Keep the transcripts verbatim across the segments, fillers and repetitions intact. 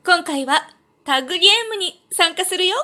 今回はタグゲームに参加するよ。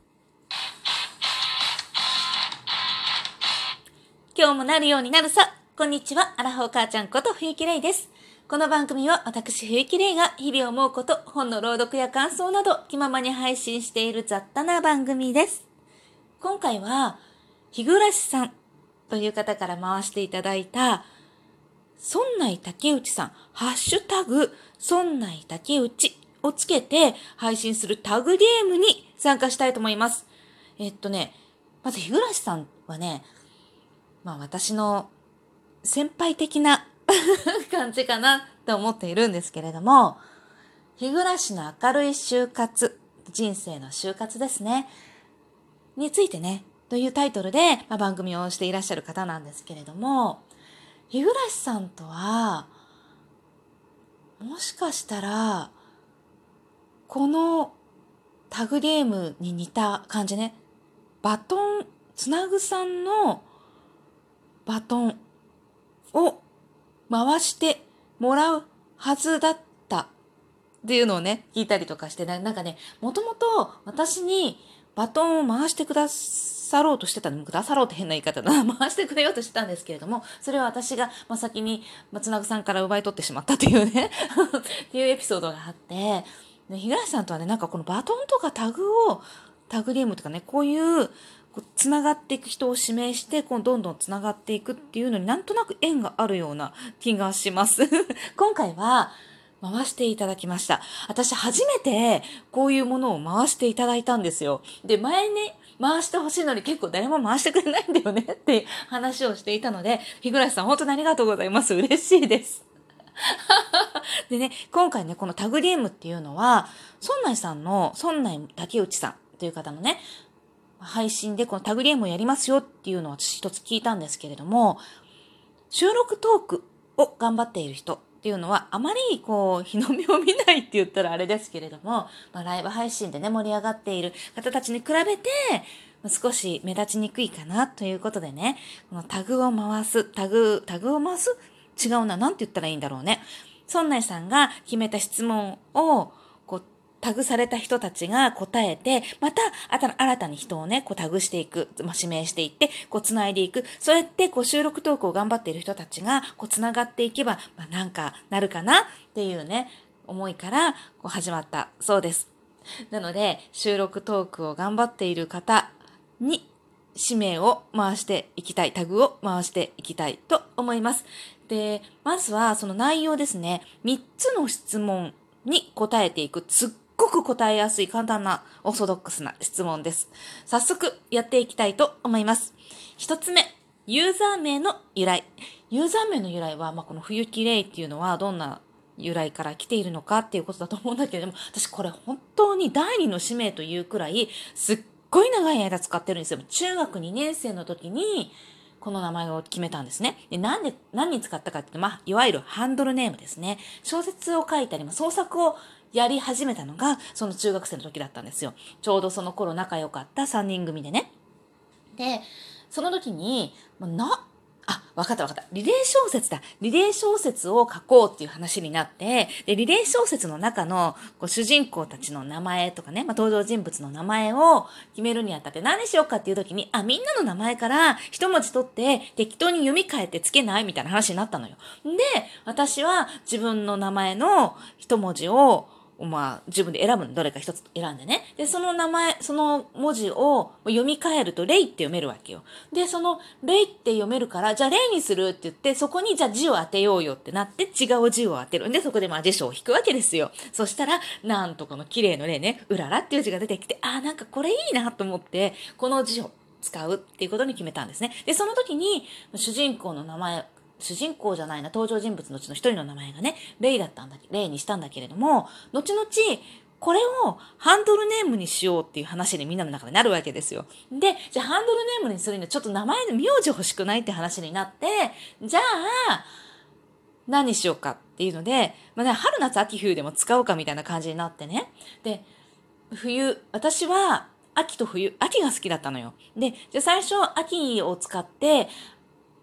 今日もなるようになるさ。こんにちは、アラフォー母ちゃんこと冬木玲です。この番組は私冬木玲が日々思うこと、本の朗読や感想など気ままに配信している雑多な番組です。今回は日暮さんという方から回していただいた村内竹内さん、ハッシュタグ村内竹内をつけて配信するタグゲームに参加したいと思います。えっとね、まず日暮さんはね、まあ私の先輩的な感じかなと思っているんですけれども、日暮の明るい就活、人生の就活ですね、についてね、というタイトルで、まあ、番組をしていらっしゃる方なんですけれども、日暮さんとは、もしかしたら、このタグゲームに似た感じね、バトン、つなぐさんのバトンを回してもらうはずだったっていうのをね、聞いたりとかして、なんかね、もともと私にバトンを回してくださろうとしてたの、くださろうって変な言い方だな、回してくれようとしてたんですけれども、それは私が、まあ、先に松永さんから奪い取ってしまったというねっていうエピソードがあって、で東さんとはね、なんかこのバトンとかタグをタグゲームとかね、こういうこうつながっていく人を指名してこうどんどんつながっていくっていうのになんとなく縁があるような気がします今回は回していただきました。私初めてこういうものを回していただいたんですよ。で、前ね、回してほしいのに結構誰も回してくれないんだよねって話をしていたので、日暮さん本当にありがとうございます。嬉しいですでね、今回ね、このタグゲームっていうのは、村内さんの、村内竹内さんという方のね、配信でこのタグゲームをやりますよっていうのを私一つ聞いたんですけれども、収録トークを頑張っている人っていうのは、あまりこう、日の目を見ないって言ったらあれですけれども、まあ、ライブ配信でね、盛り上がっている方たちに比べて、少し目立ちにくいかなということでね、このタグを回す、タグ、タグを回す違うな、なんて言ったらいいんだろうね。村内さんが決めた質問を、こう、タグされた人たちが答えて、また、新たに人をね、こうタグしていく、まあ、指名していって、こう繋いでいく。そうやって、こう収録トークを頑張っている人たちが、こう繋がっていけば、まあ、なんかなるかなっていうね、思いから、こう始まったそうです。なので、収録トークを頑張っている方に、指名を回していきたい、タグを回していきたいと思います。で、まずはその内容ですね。みっつの質問に答えていく、すっごく答えやすい簡単なオーソドックスな質問です。早速やっていきたいと思います。ひとつめ、ユーザー名の由来。ユーザー名の由来は、まあ、この冬木玲っていうのはどんな由来から来ているのかっていうことだと思うんだけれども、私これ本当に第二の使命というくらい、すっごい長い間使ってるんですよ。中学にねん生の時に、この名前を決めたんですね。で、なんで、何に使ったかっていうと、まあ、いわゆるハンドルネームですね。小説を書いたり、まあ、創作をやり始めたのが、その中学生の時だったんですよ。ちょうどその頃仲良かったさんにん組でね。で、その時に、まあ、な、あ、わかったわかった。リレー小説だ。リレー小説を書こうっていう話になって、で、リレー小説の中のこう主人公たちの名前とかね、まあ、登場人物の名前を決めるにあたって何しようかっていう時に、あ、みんなの名前から一文字取って適当に読み替えてつけないみたいな話になったのよ。で、私は自分の名前の一文字をまあ、自分で選ぶの、どれか一つ選んでね。で、その名前、その文字を読み替えると、レイって読めるわけよ。で、その、レイって読めるから、じゃあレイにするって言って、そこにじゃあ字を当てようよってなって、違う字を当てるんで、そこでまあ辞書を引くわけですよ。そしたら、なんとかの綺麗のレイね、うららっていう字が出てきて、あーなんかこれいいなと思って、この字を使うっていうことに決めたんですね。で、その時に、主人公の名前、主人公じゃないな、登場人物のうちの一人の名前がね、レイだったんだ、レイにしたんだけれども、後々、これをハンドルネームにしようっていう話にみんなの中でなるわけですよ。で、じゃあハンドルネームにするにはちょっと名前の名字欲しくないって話になって、じゃあ、何しようかっていうので、まあね、春夏秋冬でも使おうかみたいな感じになってね。で、冬、私は秋と冬、秋が好きだったのよ。で、じゃあ最初秋を使って、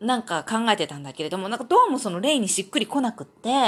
なんか考えてたんだけれども、なんかどうもそのレイにしっくりこなくって、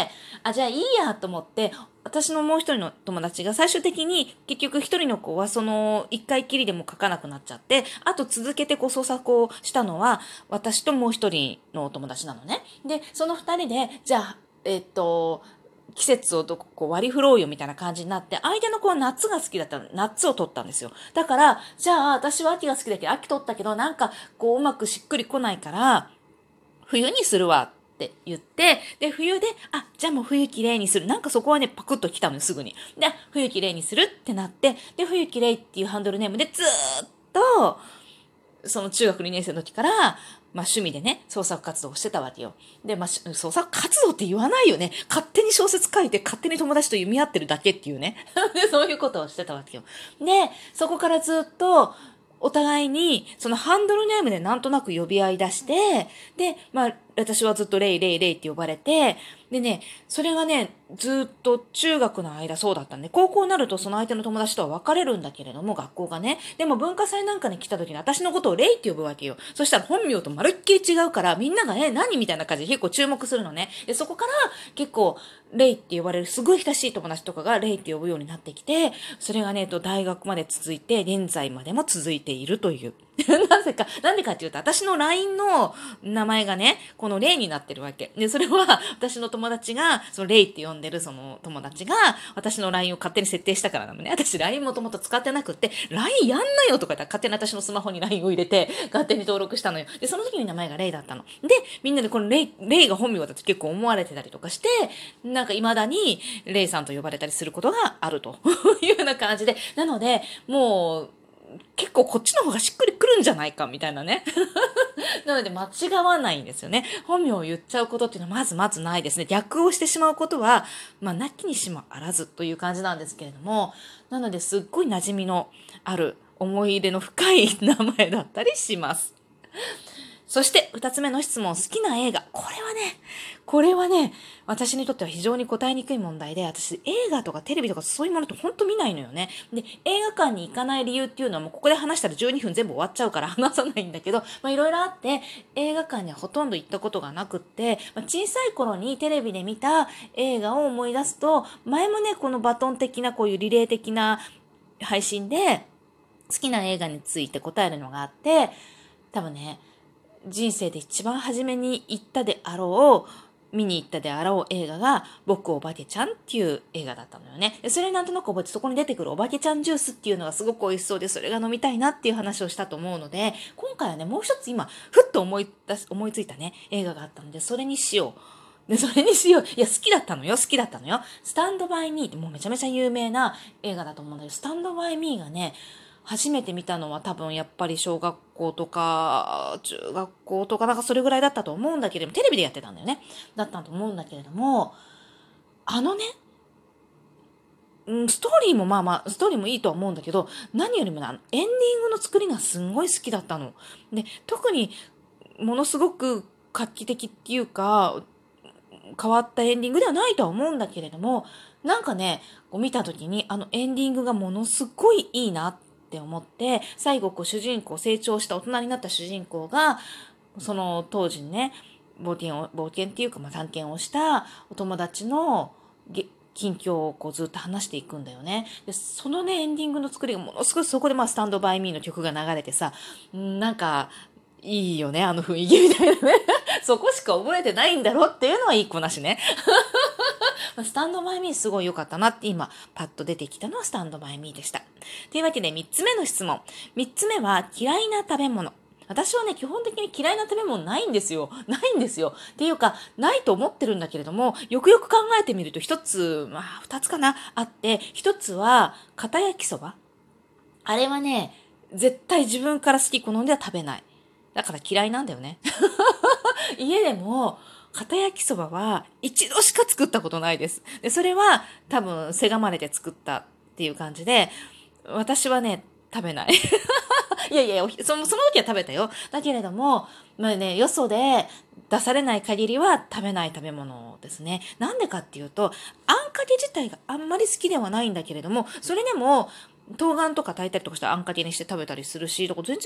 あ、じゃあいいやと思って、私のもう一人の友達が最終的に結局一人の子はその一回きりでも書かなくなっちゃって、あと続けてこう創作をしたのは私ともう一人のお友達なのね。で、その二人で、じゃあ、えっと、季節をどここう割り振ろうよみたいな感じになって、相手の子は夏が好きだったの。夏を取ったんですよ。だから、じゃあ私は秋が好きだけど、秋取ったけど、なんかこううまくしっくりこないから、冬にするわって言って、で、冬で、あ、じゃあもう冬きれいにする。なんかそこはね、パクッと来たのよ、すぐに。で、冬きれいにするってなって、で、冬きれいっていうハンドルネームでずーっと、その中学にねん生の時から、まあ趣味でね、創作活動をしてたわけよ。で、まあ創作活動って言わないよね。勝手に小説書いて、勝手に友達と読み合ってるだけっていうね。で、そういうことをしてたわけよ。で、そこからずっと、お互いに、そのハンドルネームでなんとなく呼び合い出して、で、まあ、私はずっとレイレイレイって呼ばれて、でね、それがね、ずっと中学の間そうだったんで、高校になるとその相手の友達とは別れるんだけれども、学校がね。でも文化祭なんかに来た時に私のことをレイって呼ぶわけよ。そしたら本名とまるっきり違うから、みんなが、え、何みたいな感じで結構注目するのね。で、そこから結構、レイって呼ばれるすごい親しい友達とかがレイって呼ぶようになってきて、それがね、と大学まで続いて、現在までも続いているという。なぜか、なんでかっていうと、私の ライン の名前がね、このレイになってるわけ。で、それは、私の友達が、そのレイって呼んでるその友達が、私の ライン を勝手に設定したからなのね。私 ライン もともと使ってなくって、ライン やんなよとか言ったら、勝手に私のスマホに ライン を入れて、勝手に登録したのよ。で、その時に名前がレイだったの。で、みんなでこのレイ、レイが本名だと結構思われてたりとかして、なんか未だに、レイさんと呼ばれたりすることがあるというような感じで、なので、もう、結構こっちの方がしっくりくるんじゃないかみたいなね。なので間違わないんですよね。本名を言っちゃうことっていうのはまずまずないですね。逆をしてしまうことは、まあ、なきにしもあらずという感じなんですけれども、なのですっごい馴染みのある思い入れの深い名前だったりします。そして二つ目の質問、好きな映画。これはね、これはね、私にとっては非常に答えにくい問題で、私映画とかテレビとかそういうものって本当見ないのよね。で、映画館に行かない理由っていうのはもうここで話したらじゅうにふん全部終わっちゃうから話さないんだけど、まあいろいろあって映画館にはほとんど行ったことがなくって、まあ、小さい頃にテレビで見た映画を思い出すと、前もね、このバトン的なこういうリレー的な配信で好きな映画について答えるのがあって、多分ね、人生で一番初めに行ったであろう、見に行ったであろう映画が、僕おばけちゃんっていう映画だったのよね。それなんとなく覚えて、そこに出てくるおばけちゃんジュースっていうのがすごく美味しそうで、それが飲みたいなっていう話をしたと思うので、今回はね、もう一つ今、ふっと思い出す、思いついたね、映画があったので、それにしよう。で、それにしよう。いや、好きだったのよ、好きだったのよ。スタンドバイミーってもうめちゃめちゃ有名な映画だと思うんだけど、スタンドバイミーがね、初めて見たのは多分やっぱり小学校とか中学校とかなんかそれぐらいだったと思うんだけれども、テレビでやってたんだよね。だったと思うんだけれども、あのね、ストーリーもまあまあ、ストーリーもいいとは思うんだけど、何よりもね、エンディングの作りがすんごい好きだったの。で、特にものすごく画期的っていうか、変わったエンディングではないとは思うんだけれども、なんかね、こう見た時にあのエンディングがものすごいいいなって思って、最後こう主人公、成長した大人になった主人公が、その当時にね、冒険を、冒険っていうかまあ探検をしたお友達の近況をこうずっと話していくんだよね。で、そのね、エンディングの作りがものすごい、そこでまあスタンドバイミーの曲が流れてさ、なんか、いいよね、あの雰囲気みたいなね。そこしか覚えてないんだろっていうのはいい子なしね。スタンドバイミーすごい良かったなって今、パッと出てきたのはスタンドバイミーでした。というわけでみっつめの質問。みっつめは嫌いな食べ物。私はね、基本的に嫌いな食べ物ないんですよ。ないんですよ。っていうか、ないと思ってるんだけれども、よくよく考えてみると一つ、まあ二つかな、あって、一つは、片焼きそば。あれはね、絶対自分から好き好んでは食べない。だから嫌いなんだよね。家でも、片焼きそばは一度しか作ったことないです。で、それは多分せがまれて作ったっていう感じで、私はね、食べない。いやいや、その、その時は食べたよ。だけれども、まあね、よそで出されない限りは食べない食べ物ですね。なんでかっていうと、あんかけ自体があんまり好きではないんだけれども、それでも、冬瓜とか炊いたりとかしたらあんかけにして食べたりするし、だから全然あんか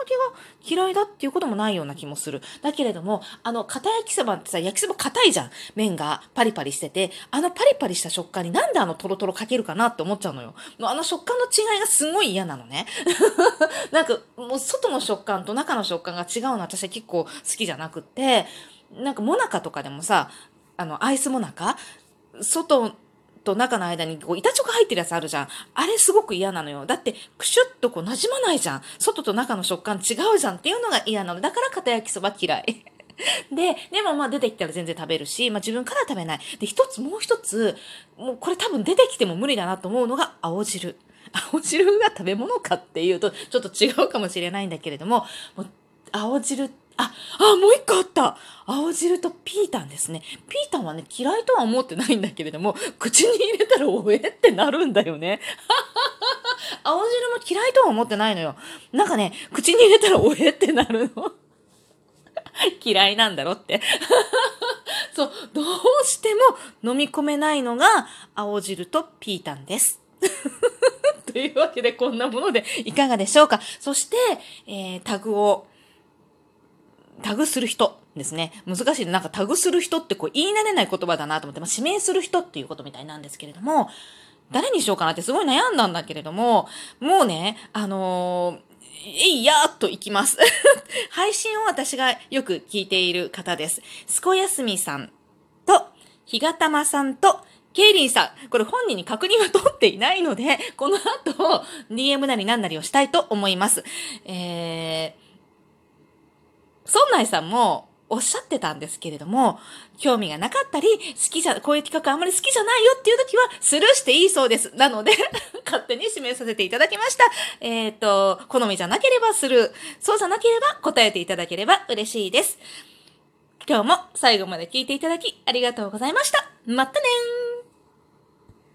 けが嫌いだっていうこともないような気もする。だけれども、あの、片焼きそばってさ、焼きそば硬いじゃん。麺がパリパリしてて、あのパリパリした食感になんであのトロトロかけるかなって思っちゃうのよ。あの食感の違いがすごい嫌なのね。なんか、もう外の食感と中の食感が違うの私は結構好きじゃなくって、なんかモナカとかでもさ、あの、アイスモナカ外と中の間にこう板チョコ入ってるやつあるじゃん。あれすごく嫌なのよ。だってクシュッとこう馴染まないじゃん。外と中の食感違うじゃんっていうのが嫌なの。だから片焼きそば嫌い。で、でもまあ出てきたら全然食べるし、まあ自分からは食べない。で、一つもう一つ、もうこれ多分出てきても無理だなと思うのが青汁。青汁が食べ物かっていうとちょっと違うかもしれないんだけれども、もう青汁、あ、あ、もう一個あった。青汁とピータンですね。ピータンはね、嫌いとは思ってないんだけれども、口に入れたらおえってなるんだよね。青汁も嫌いとは思ってないのよ。なんかね、口に入れたらおえってなるの。嫌いなんだろって。そう、どうしても飲み込めないのが青汁とピータンです。というわけでこんなものでいかがでしょうか。そして、えー、タグを、タグする人ですね。難しい。なんかタグする人ってこう言い慣れない言葉だなと思って、まあ、指名する人っていうことみたいなんですけれども、誰にしようかなってすごい悩んだんだけれども、もうね、あのー、えいやーっといきます。配信を私がよく聞いている方です。すこやすみさんと、ひがたまさんと、ケイリンさん。これ本人に確認は取っていないので、この後、ディーエム なりなんなりをしたいと思います。えー、孫内さんもおっしゃってたんですけれども、興味がなかったり、好きじゃ、こういう企画あんまり好きじゃないよっていう時はスルーしていいそうです。なので、勝手に指名させていただきました。えっと、好みじゃなければスルー、そうじゃなければ答えていただければ嬉しいです。今日も最後まで聞いていただきありがとうございました。またねー。